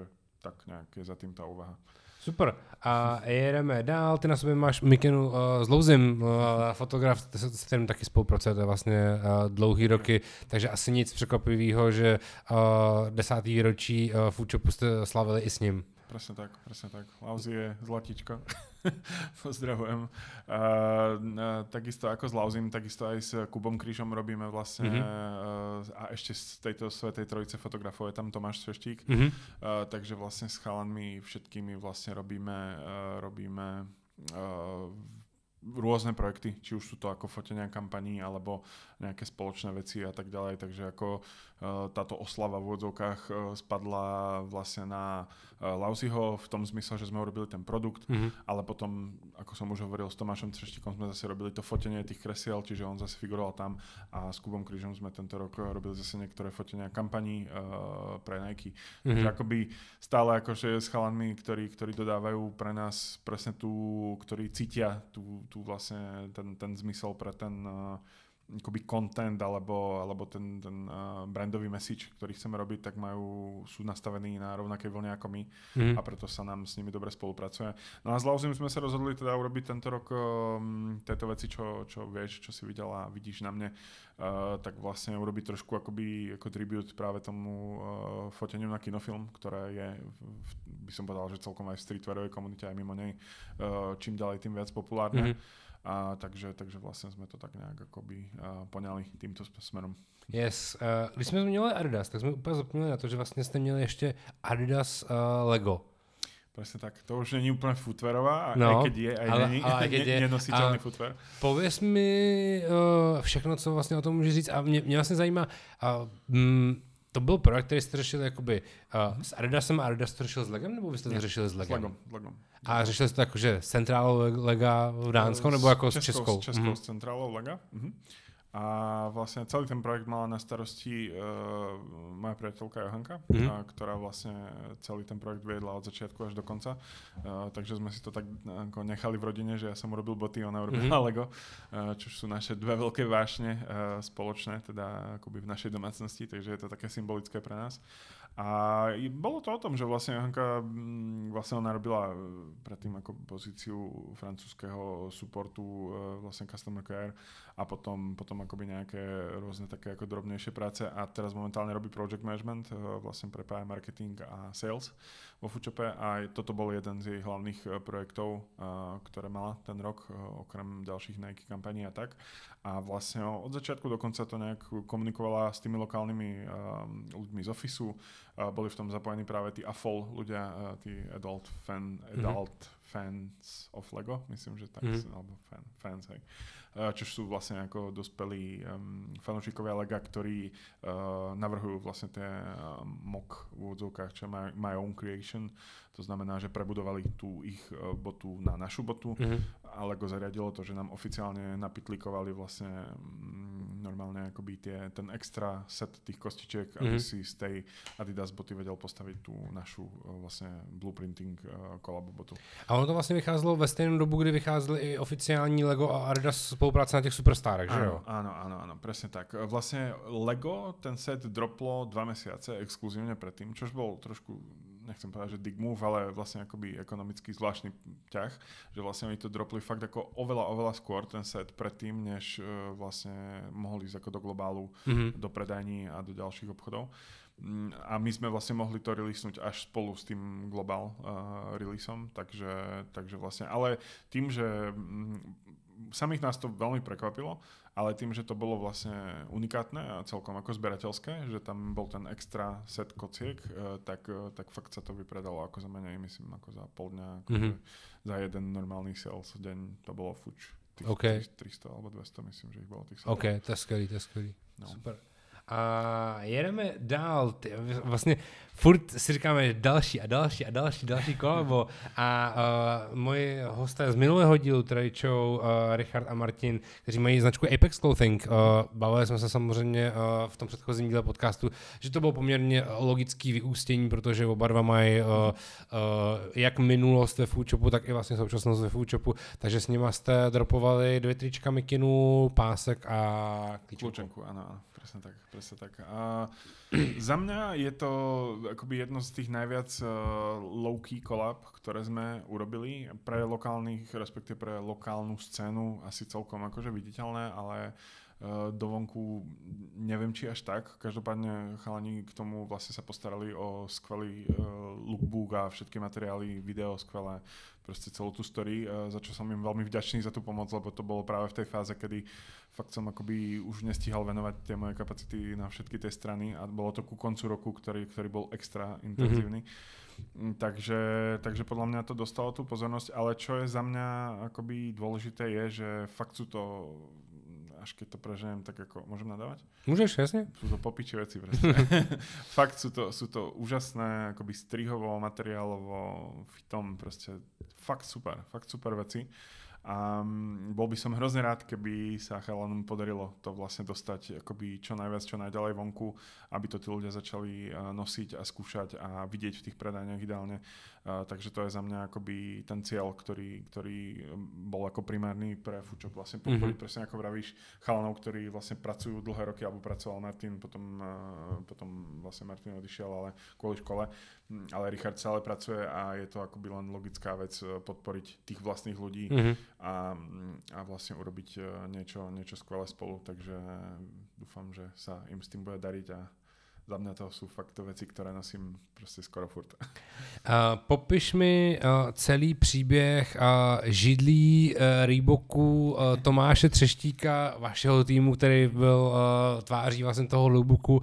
tak nějak je za tím ta úvaha. Super. A jedeme dál. Ty na sobě máš Mikinu uh, s Louzim, uh, fotograf, s kterým taky spolupracujete vlastně uh, dlouhý roky, takže asi nic překvapivého, že uh, desátý výročí uh, Foodshopu jste slavili i s ním. Presne tak, presne tak. Lauzi je zlatičko. Pozdravujem. Uh, uh, takisto ako s Lauzim, takisto aj s Kubom Krížom robíme vlastne mm-hmm. uh, a ešte z tejto svätej trojice fotografov je tam Tomáš Sveštík. Mm-hmm. Uh, takže vlastne s chalanmi všetkými vlastne robíme, uh, robíme uh, rôzne projekty, či už sú to ako fotenia kampaní alebo nejaké spoločné veci a tak ďalej, takže ako uh, táto oslava v úvodzovkách uh, spadla vlastne na uh, Lauziho v tom zmysle, že sme urobili ten produkt, mm-hmm. ale potom, ako som už hovoril, s Tomášom Třeštíkom sme zase robili to fotenie tých kresiel, čiže on zase figuroval tam a s Kubom Krížom sme tento rok robili zase niektoré fotenia kampaní uh, pre Nike. Mm-hmm. Takže akoby stále akože s chalanmi, ktorí, ktorí dodávajú pre nás presne tú, ktorí cítia tú tu vlastne ten, ten zmysel pre ten uh, akoby content alebo, alebo ten, ten uh, brandový message, ktorý chceme robiť, tak majú, sú nastavení na rovnakej vlne ako my mm. a preto sa nám s nimi dobre spolupracuje. No a s Lauzim sme sa rozhodli teda urobiť tento rok um, tieto veci, čo, čo vieš, čo si videla a vidíš na mne, uh, tak vlastne urobiť trošku akoby ako tribute práve tomu uh, foteniu na kinofilm, ktoré je, v, by som povedal, že celkom aj v streetwearovej komunite aj mimo nej uh, čím ďalej, tým viac populárne. Mm-hmm. A takže, takže vlastně jsme to tak nějak akoby uh, poňali tímto směrem. Yes. Uh, když jsme měli Adidas, tak jsme úplně zapomněli na to, že vlastně jste měli ještě Adidas uh, Lego. Presne tak. To už není úplně footwearová, no, aj keď je, aj ale, není. Ale keď je, nenositelný footwear. Pověz mi uh, všechno, co vlastně o tom můžeš říct. A mě, mě vlastně zajímá, uh, mm, to byl projekt, který jste řešili jakoby uh, s Adidasem a Adidas to řešil s Legem, nebo vy jste to řešili s Legem? S Legom. S Legom. A řešili jste to jakože s centrálou Lega v Dánskou, nebo jako s Českou? S Českou, mm-hmm. s centrálou Lega. Mm-hmm. A vlastne celý ten projekt mala na starosti uh, moja priateľka Johanka, mm-hmm. a, ktorá vlastne celý ten projekt viedla od začiatku až do konca. Uh, takže sme si to tak ako nechali v rodine, že ja som urobil boty, ona urobila mm-hmm. Lego, uh, čo sú naše dve veľké vášne uh, spoločné, teda akoby v našej domácnosti, takže je to také symbolické pre nás. A bolo to o tom, že vlastne Johanka vlastne ona robila predtým ako pozíciu francúzského supportu vlastne customer care a potom, potom akoby nejaké rôzne také ako drobnejšie práce a teraz momentálne robí project management, vlastne prepája marketing a sales vo Foodshope a toto bol jeden z jej hlavných projektov, ktoré mala ten rok, okrem ďalších Nike kampaní a tak. A vlastne od začiatku do konca to nejak komunikovala s tými lokálnymi ľuďmi z Officeu. Boli v tom zapojení práve tí A F O L ľudia, tí adult, fan, adult mm-hmm. fans of Lego, myslím, že tak, mm-hmm. alebo fan, fans, hej. Čož sú vlastne ako dospelí um, fanúšikovia Lega, ktorí uh, navrhujú vlastne tie uh, mock v úvodzovkách, čo my, my own creation. To znamená, že prebudovali tú ich uh, botu na našu botu mm-hmm. a Lego zariadilo to, že nám oficiálne napitlikovali vlastne um, normálne akoby tie, ten extra set tých kostičiek, mm-hmm. aby si z tej Adidas boty vedel postaviť tú našu uh, vlastne blueprinting uh, kolabo botu. A ono to vlastně vycházelo ve stejnou dobu, kdy vycházely i oficiální Lego a Adidas spolupráce na těch superstárech, že jo? Áno, áno, áno, presne tak. Vlastne Lego, ten set droplo dva mesiace exkluzívne predtým, čož bol trošku, nechcem povedať, že dig move, ale vlastne akoby ekonomicky zvláštny ťah, že vlastne oni to dropli fakt ako oveľa, oveľa skôr ten set predtým, než uh, vlastne mohli ísť ako do globálu, mm-hmm. do predajní a do ďalších obchodov. A my sme vlastne mohli to releasenúť až spolu s tým global uh, releaseom, takže, takže vlastne, ale tým, že um, samých nás to veľmi prekvapilo, ale tým, že to bolo vlastne unikátne a celkom ako zberateľské, že tam bol ten extra set kociek, uh, tak, uh, tak fakt sa to vypredalo ako za menej, myslím, ako za pol dňa, ako mm-hmm. za jeden normálny sales deň to bolo fuč. Tých, okay. tristo alebo dvesto, myslím, že ich bolo tých sales. OK, to je skvělý, to je skvělý. No. Super. A jedeme dál. Ty, vlastně furt si říkáme další a další a další, další kolabo. A uh, moji hosté z minulého dílu, Trejčou, uh, Richard a Martin, kteří mají značku Apex Clothing, uh, bavili jsme se samozřejmě uh, v tom předchozím díle podcastu, že to bylo poměrně logický vyústění, protože oba dva mají uh, uh, jak minulost ve Foodshopu, tak i vlastně současnost ve Foodshopu, takže s nima jste dropovali dvě trička mikinu, pásek a klíčenku. Klíčenku, ano, ano. presne tak, presne tak. A za mňa je to akoby jedno z tých najviac uh, low-key collab, ktoré sme urobili pre lokálnych, respektíve pre lokálnu scénu, asi celkom akože viditeľné, ale dovonku neviem, či až tak. Každopádne chalani k tomu vlastne sa postarali o skvelý uh, lookbook a všetky materiály, video skvelé, proste celú tú story, uh, za čo som im veľmi vďačný za tú pomoc, lebo to bolo práve v tej fáze, kedy fakt som akoby už nestíhal venovať tie moje kapacity na všetky tie strany a bolo to ku koncu roku, ktorý, ktorý bol extra intenzívny. Mm-hmm. Takže, takže podľa mňa to dostalo tú pozornosť, ale čo je za mňa akoby dôležité je, že fakt sú to, až keď to preženiem, tak ako, môžem nadávať? Môžeš, jasne. Sú to popiči veci, presne. Fakt sú to, sú to úžasné, akoby strihovo, materiálovo, fitom, proste fakt super, fakt super veci. A bol by som hrozne rád, keby sa chalanom podarilo to vlastne dostať akoby čo najviac, čo najďalej vonku, aby to tí ľudia začali nosiť a skúšať a vidieť v tých predajniach ideálne. Uh, takže to je za mňa akoby ten cieľ, ktorý, ktorý bol ako primárny pre Foodshop vlastne podporiť, mm-hmm. presne ako vravíš, chalanov, ktorí vlastne pracujú dlhé roky, alebo pracoval Martin, potom, uh, potom vlastne Martin odišiel, ale kvôli škole, ale Richard stále pracuje a je to akoby len logická vec podporiť tých vlastných ľudí mm-hmm. a, a vlastne urobiť niečo, niečo skvelé spolu, takže dúfam, že sa im s tým bude dariť a za mňa to sú fakt to veci, ktoré nosím prostě skoro furt. Uh, popiš mi uh, celý příběh uh, židlí uh, Reeboku uh, Tomáše Třeštíka, vašeho týmu, který byl uh, tváří vlastně toho lookbooku.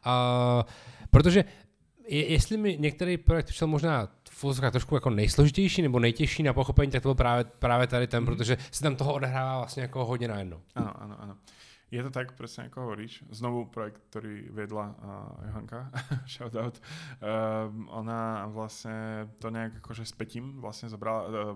Uh, protože je, jestli mi některý projekt přišel možná trošku jako nejsložitější nebo nejtěžší na pochopení, tak to byl právě, právě tady ten, mm. protože se tam toho odehrává vlastně jako hodně najednou. Ano, ano, ano. Je to tak, presne ako hovoríš. Znovu projekt, ktorý vedla uh, Johanka, shoutout. Uh, ona vlastne to nejak akože spätím vlastne zobrala. Uh,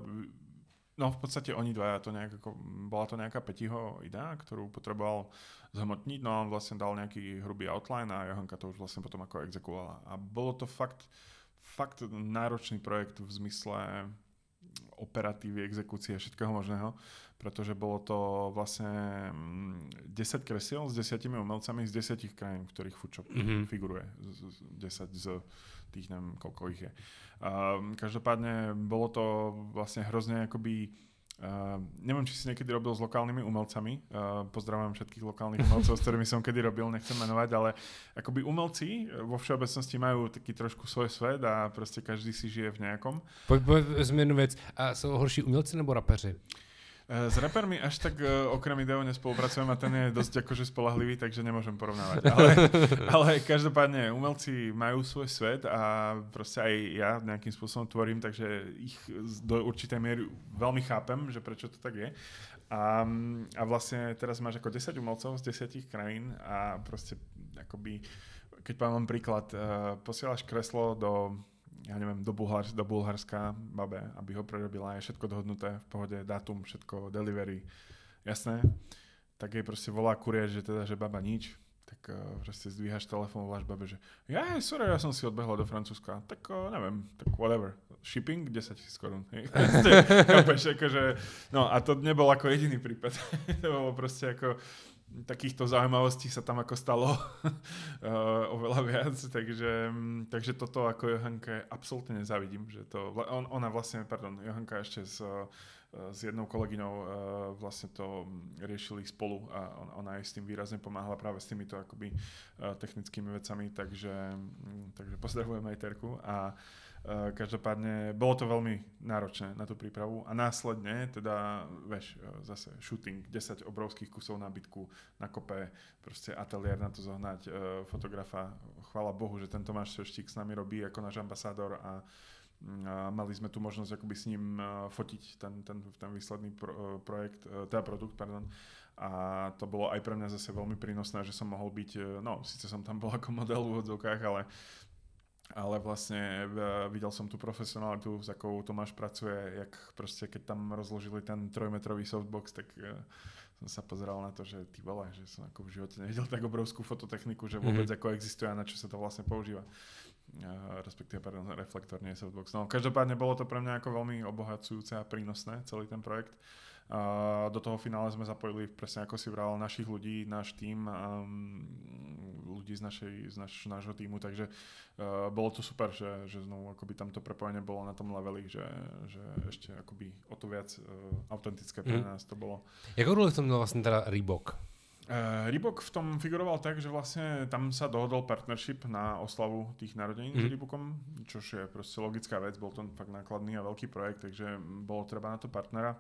no v podstate oni dvaja to nejak ako, bola to nejaká Petiho idea, ktorú potreboval zhmotniť, no a on vlastne dal nejaký hrubý outline a Johanka to už vlastne potom ako exekuovala. A bolo to fakt, fakt náročný projekt v zmysle operatívy, exekúcie a všetkého možného, pretože bolo to vlastne desať kresiel s desiatimi umelcami z desiatich krajín, v ktorých Foodshop mm-hmm. figuruje. desať z tých, neviem, koľko ich je. Uh, každopádne bolo to vlastne hrozne akoby Uh, neviem, či si niekedy robil s lokálnymi umelcami. Uh, pozdravujem všetkých lokálnych umelcov, s ktorými som kedy robil, nechcem menovať, ale akoby umelci vo všeobecnosti majú taký trošku svoj svet a proste každý si žije v nejakom. Povedz mi jednu vec. A sú horší umelci nebo rapeři? S rapermi až tak uh, okrem ideo nespolupracujem a ten je dosť akože spolahlivý, takže nemôžem porovnávať. Ale, ale každopádne umelci majú svoj svet a proste aj ja nejakým spôsobom tvorím, takže ich do určitej miery veľmi chápem, že prečo to tak je. A, a vlastne teraz máš ako desať umelcov z desiatich krajín a proste akoby, keď poviem príklad, uh, posielaš kreslo do ja neviem, do, Bulhar, do Bulharska babe, aby ho prerobila, je všetko dohodnuté, v pohode, dátum, všetko, delivery, jasné. Tak jej proste volá kuriér, že teda, že baba nič, tak uh, proste zdvíhaš telefón, voláš babe, že ja, sorry, ja som si odbehla do Francúzska, tak uh, neviem, tak whatever. Shipping, desať tisíc korún. Chápeš, akože, no a to nebol ako jediný prípad. To bolo proste ako takýchto zaujímavostí sa tam ako stalo uh, oveľa viac, takže, takže toto ako Johanke absolútne nezávidím, že to, on, ona vlastne, pardon, Johanka ešte s, s jednou kolegyňou uh, vlastne to riešili spolu a on, ona aj s tým výrazne pomáhala práve s týmito akoby uh, technickými vecami, takže, takže pozdravujem aj Terku a Uh, každopádne bolo to veľmi náročné na tú prípravu a následne teda, vieš, zase shooting, desať obrovských kusov nábytku na kope, proste ateliér na to zohnať, uh, fotografa, chvála Bohu, že ten Tomáš Třeštík s nami robí ako náš ambasádor a, a mali sme tu možnosť akoby s ním uh, fotiť ten, ten, ten výsledný pro, uh, projekt, uh, teda produkt, pardon. A to bolo aj pre mňa zase veľmi prínosné, že som mohol byť, uh, no, síce som tam bol ako model v úvodzovkách, ale ale vlastne videl som tú profesionalitu, s akou Tomáš pracuje, jak proste keď tam rozložili ten trojmetrový softbox, tak uh, som sa pozeral na to, že ty vole, že som ako v živote nevidel tak obrovskú fototechniku, že vôbec mm-hmm. ako existuje a na čo sa to vlastne používa. Uh, respektíve, pardon, reflektor, nie softbox. No, každopádne bolo to pre mňa ako veľmi obohacujúce a prínosné, celý ten projekt. Uh, do toho finále sme zapojili, presne ako si vral, našich ľudí, náš tím, um, ľudí z, našej, z naš, nášho týmu, takže uh, bolo to super, že, že znovu akoby tamto prepojenie bolo na tom leveli, že, že ešte akoby o to viac uh, autentické pre mm. nás to bolo. Jakou roli v tom dal vlastne teda Reebok? Uh, Reebok v tom figuroval tak, že vlastne tam sa dohodol partnership na oslavu tých narodenín mm. s Reebokom, čož je proste logická vec, bol to fakt nákladný a veľký projekt, takže bolo treba na to partnera.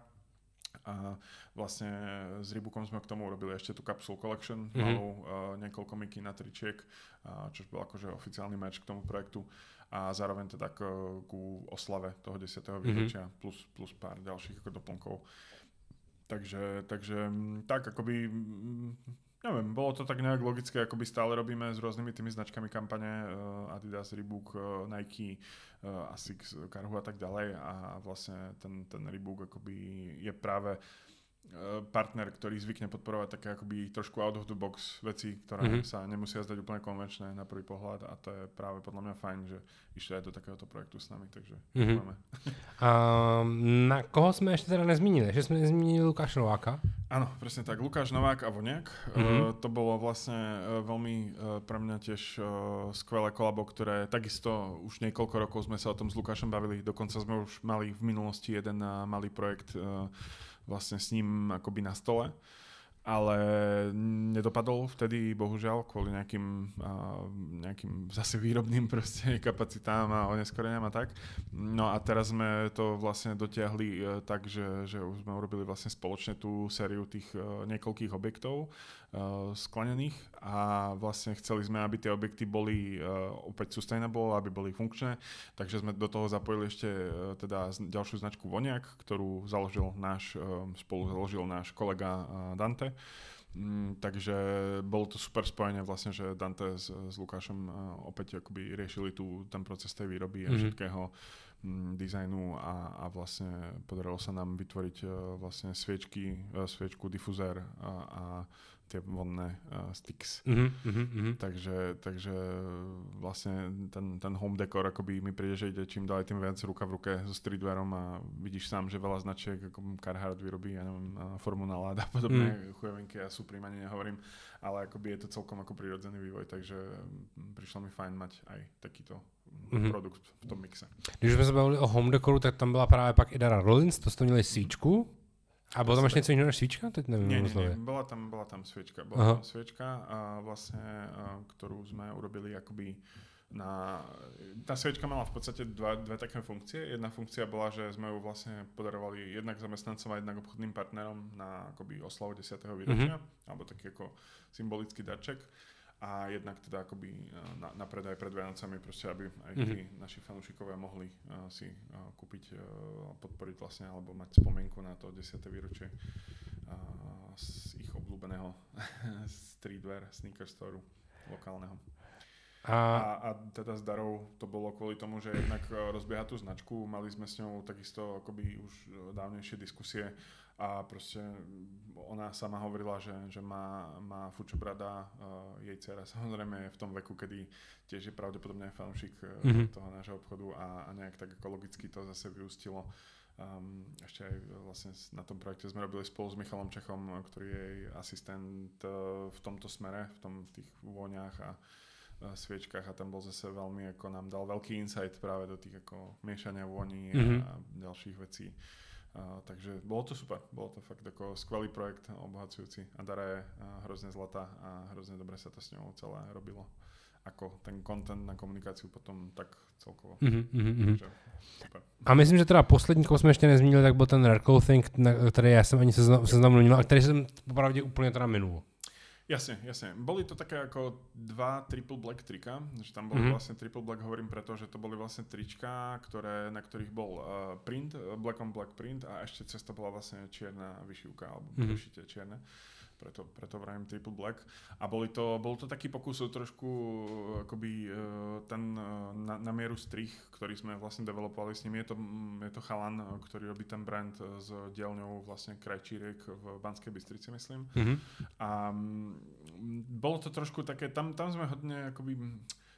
A vlastne s Reebokom sme k tomu urobili ešte tú Capsule Collection, mm-hmm. malú uh, niekoľko mikín na tričiek, uh, čož bol akože oficiálny merch k tomu projektu a zároveň teda k, ku oslave toho desiateho výročia mm-hmm. plus, plus pár ďalších ako doplnkov. Takže, takže tak akoby, neviem, bolo to tak nejak logické, akoby stále robíme s rôznymi tými značkami kampane, uh, Adidas, Reebok, uh, Nike, uh, Asics, Karhu a tak ďalej a vlastne ten, ten Reebok akoby je práve partner, ktorý zvykne podporovať také akoby trošku out of the box veci, ktoré mm-hmm. sa nemusia zdať úplne konvenčné na prvý pohľad a to je práve podľa mňa fajn, že išli aj do takéhoto projektu s nami, takže mm-hmm. ďakujeme. A na koho sme ešte teda nezmínili? Ešte sme nezmínili Lukáša Nováka? Áno, presne tak. Lukáš Novák a Voniak. Mm-hmm. Uh, to bolo vlastne uh, veľmi uh, pre mňa tiež uh, skvelé kolabo, ktoré takisto už niekoľko rokov sme sa o tom s Lukášom bavili. Dokonca sme už mali v minulosti jeden uh, malý projekt uh, vlastne s ním akoby na stole, ale nedopadol vtedy bohužiaľ kvôli nejakým, uh, nejakým zase výrobným proste kapacitám a oneskoreniam a tak. No a teraz sme to vlastne dotiahli uh, tak, že, že už sme urobili vlastne spoločne tú sériu tých uh, niekoľkých objektov uh, sklenených a vlastne chceli sme, aby tie objekty boli uh, opäť sustainable, aby boli funkčné, takže sme do toho zapojili ešte uh, teda ďalšiu značku Voniak, ktorú založil náš, uh, spolu založil náš kolega uh, Dante. Mm, takže bolo to super spojenie vlastne, že Dante s, s Lukášom uh, opäť akoby riešili tú, ten proces tej výroby a mm-hmm. všetkého mm, dizajnu a, a vlastne podarilo sa nám vytvoriť uh, vlastne sviečky, uh, sviečku, difuzér a, a tie vonné uh, sticks. Mm-hmm, mm-hmm. Takže, takže vlastne ten, ten home decor akoby mi príde, že ide čím ďalej tým viac ruka v ruke so streetwearom a vidíš sám, že veľa značiek ako Carhartt vyrobí, ja neviem, Formula Lada a podobné mm. chujovinky a Supreme ani nehovorím, ale akoby je to celkom ako prirodzený vývoj, takže prišlo mi fajn mať aj takýto mm-hmm. produkt v tom mixe. Když jsme se bavili o home decoru, tak tam byla právě pak i Dara Rollins, to jste měli síčku. A bolo tam ešte niečo iné než sviečka? Teď neviem. Nie, nie, nie. Bola tam, bola tam sviečka. Bola Aha. tam sviečka, a vlastne, a, ktorú sme urobili akoby na... Tá sviečka mala v podstate dva, dve také funkcie. Jedna funkcia bola, že sme ju vlastne podarovali jednak zamestnancom a jednak obchodným partnerom na akoby oslavu desiateho výročia, mm-hmm. alebo taký ako symbolický darček. A jednak teda akoby na, na predaj pred Vianocami, proste aby aj tí mm-hmm. naši fanúšikovia mohli uh, si uh, kúpiť a uh, podporiť vlastne, alebo mať spomienku na to desiate výročie uh, z ich obľúbeného streetwear sneaker storeu lokálneho. A... A, a teda s Darou to bolo kvôli tomu, že jednak rozbieha tú značku, mali sme s ňou takisto akoby už dávnejšie diskusie a proste ona sama hovorila, že, že má, má Fučo Brada, uh, jej dcera samozrejme je v tom veku, kedy tiež je pravdepodobne fanúšik uh, mm-hmm. toho nášho obchodu a, a nejak tak ekologicky to zase vyústilo. Um, ešte aj vlastne na tom projekte sme robili spolu s Michalom Čechom, ktorý je jej asistent uh, v tomto smere, v, tom, v tých vôňach a uh, sviečkach a tam bol zase veľmi, ako nám dal veľký insight práve do tých ako miešania vôní mm-hmm. a, a ďalších vecí. Uh, takže bolo to super, bolo to fakt ako skvelý projekt, obohacujúci a Dara je uh, hrozne zlatá a hrozne dobre sa to s ňou celé robilo. Ako ten content na komunikáciu potom tak celkovo. Mm-hmm. Takže, super. A myslím, že teda poslední, koho jsme ještě nezmínili, tak byl ten Rare Clothing, který já jsem ani seznamu neměl a který jsem popravdě úplně teda minul. Jasne, jasne. Boli to také ako dva triple black trika, že tam boli mm-hmm. vlastne triple black, hovorím preto, že to boli vlastne trička, ktoré, na ktorých bol uh, print, black on black print a ešte cesta bola vlastne čierna vyšívka, alebo mm-hmm. vyšite čierne. Preto, preto vravím triple black. A boli to, bol to taký pokus o trošku akoby ten na, na mieru strih, ktorý sme vlastne developovali s ním. Je to, je to chalan, ktorý robí ten brand s dielňou vlastne Krajčírek v Banskej Bystrici, myslím. Mm-hmm. A bolo to trošku také, tam, tam sme hodne akoby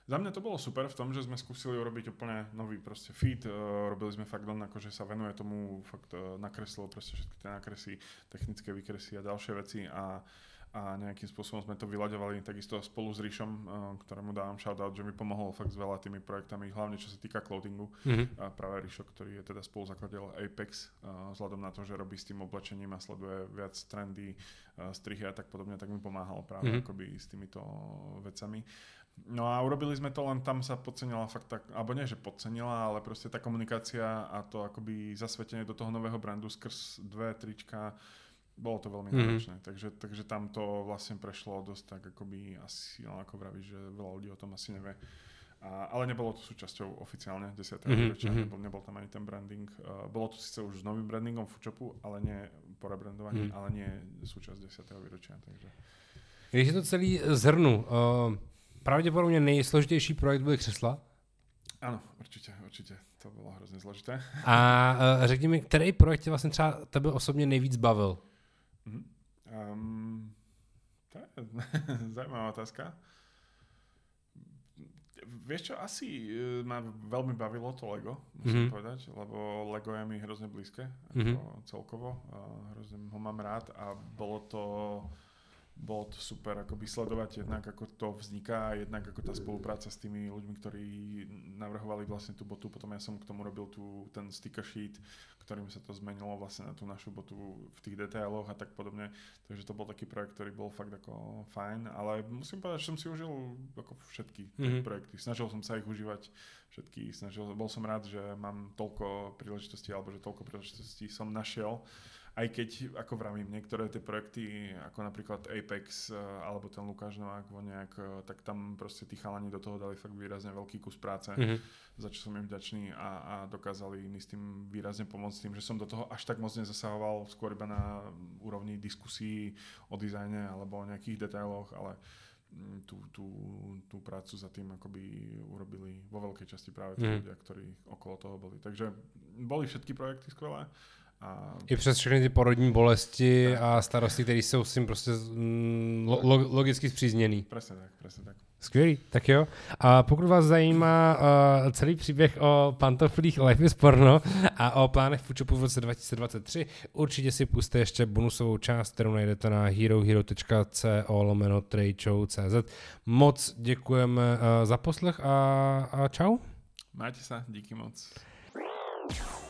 Za mňa to bolo super v tom, že sme skúsili urobiť úplne nový proste feed. Uh, robili sme fakt len akože sa venuje tomu, fakt uh, nakreslilo proste všetky tie nakresy, technické výkresy a ďalšie veci a, a nejakým spôsobom sme to vyľaďovali takisto spolu s Rišom, uh, ktorému dávam shoutout, že mi pomohol fakt s veľa tými projektami, hlavne čo sa týka clothingu. Mm-hmm. Uh, práve Rišo, ktorý je teda spoluzakladateľ Apex, uh, vzhľadom na to, že robí s tým oblečením a sleduje viac trendy, uh, strihy a tak podobne, tak mi pomáhal práve mm-hmm. akoby s týmito vecami. No a urobili sme to, len tam sa podcenila fakt tak, alebo nie, že podcenila, ale proste tá komunikácia a to akoby zasvetenie do toho nového brandu skrz dve trička, bolo to veľmi mm-hmm. náročné. Takže, takže tam to vlastne prešlo dosť tak akoby asi, no ako vravíš, že veľa ľudí o tom asi nevie. A, ale nebolo to súčasťou oficiálne desiateho Mm-hmm. výročia, nebol, nebol tam ani ten branding. Uh, bolo to síce už s novým brandingom Foodshopu, ale nie po rebrandovaní, mm-hmm. ale nie súčasť desiateho výročia. Takže. Když to celý zhrnu, uh... pravděpodobně nejsložitější projekt byly křesla? Ano, určitě, určitě. To bylo hrozně složité. A uh, řekni mi, který projekt tě vlastně třeba tebe osobně nejvíc bavil? Mm-hmm. Um, to je zajímavá otázka. Vieš čo, asi ma veľmi bavilo to Lego, musím mm-hmm. povedať, lebo Lego je mi hrozne blízke, mm-hmm. ako celkovo. Uh, hrozne ho mám rád a bolo to... Bolo to super akoby sledovať jednak ako to vzniká, jednak ako tá spolupráca s tými ľuďmi, ktorí navrhovali vlastne tú botu, potom ja som k tomu robil tú, ten sticker sheet, ktorým sa to zmenilo vlastne na tú našu botu v tých detailoch a tak podobne, takže to bol taký projekt, ktorý bol fakt ako fajn, ale musím povedať, že som si užil ako všetky mm-hmm. projekty, snažil som sa ich užívať všetky, snažil, bol som rád, že mám toľko príležitostí, alebo že toľko príležitostí som našiel. Aj keď, ako vravím, niektoré tie projekty, ako napríklad Apex alebo ten Lukáš Novák Voniak, tak tam proste tí chalani do toho dali fakt výrazne veľký kus práce, mm-hmm. za čo som im vďačný a, a dokázali mi s tým výrazne pomôcť tým, že som do toho až tak moc nezasahoval, skôr iba na úrovni diskusí o dizajne alebo o nejakých detailoch, ale tú, tú, tú prácu za tým akoby urobili vo veľkej časti práve tí mm. ľudia, ktorí okolo toho boli. Takže boli všetky projekty skvelé. A... I přes všechny ty porodní bolesti tak. a starosti, které jsou s tím prostě lo, lo, logicky zpřízněný. Presne tak, presne tak. Skvělý, tak jo. A pokud vás zajímá uh, celý příběh o pantoflích Life is Porno a o plánech Foodshopu v roce dva tisíce dvacet tři, určitě si puste ještě bonusovou část, kterou najdete na herohero.co lomeno tradeshow tečka cz. Moc děkujeme uh, za poslech a, a čau. Majte sa, díky moc.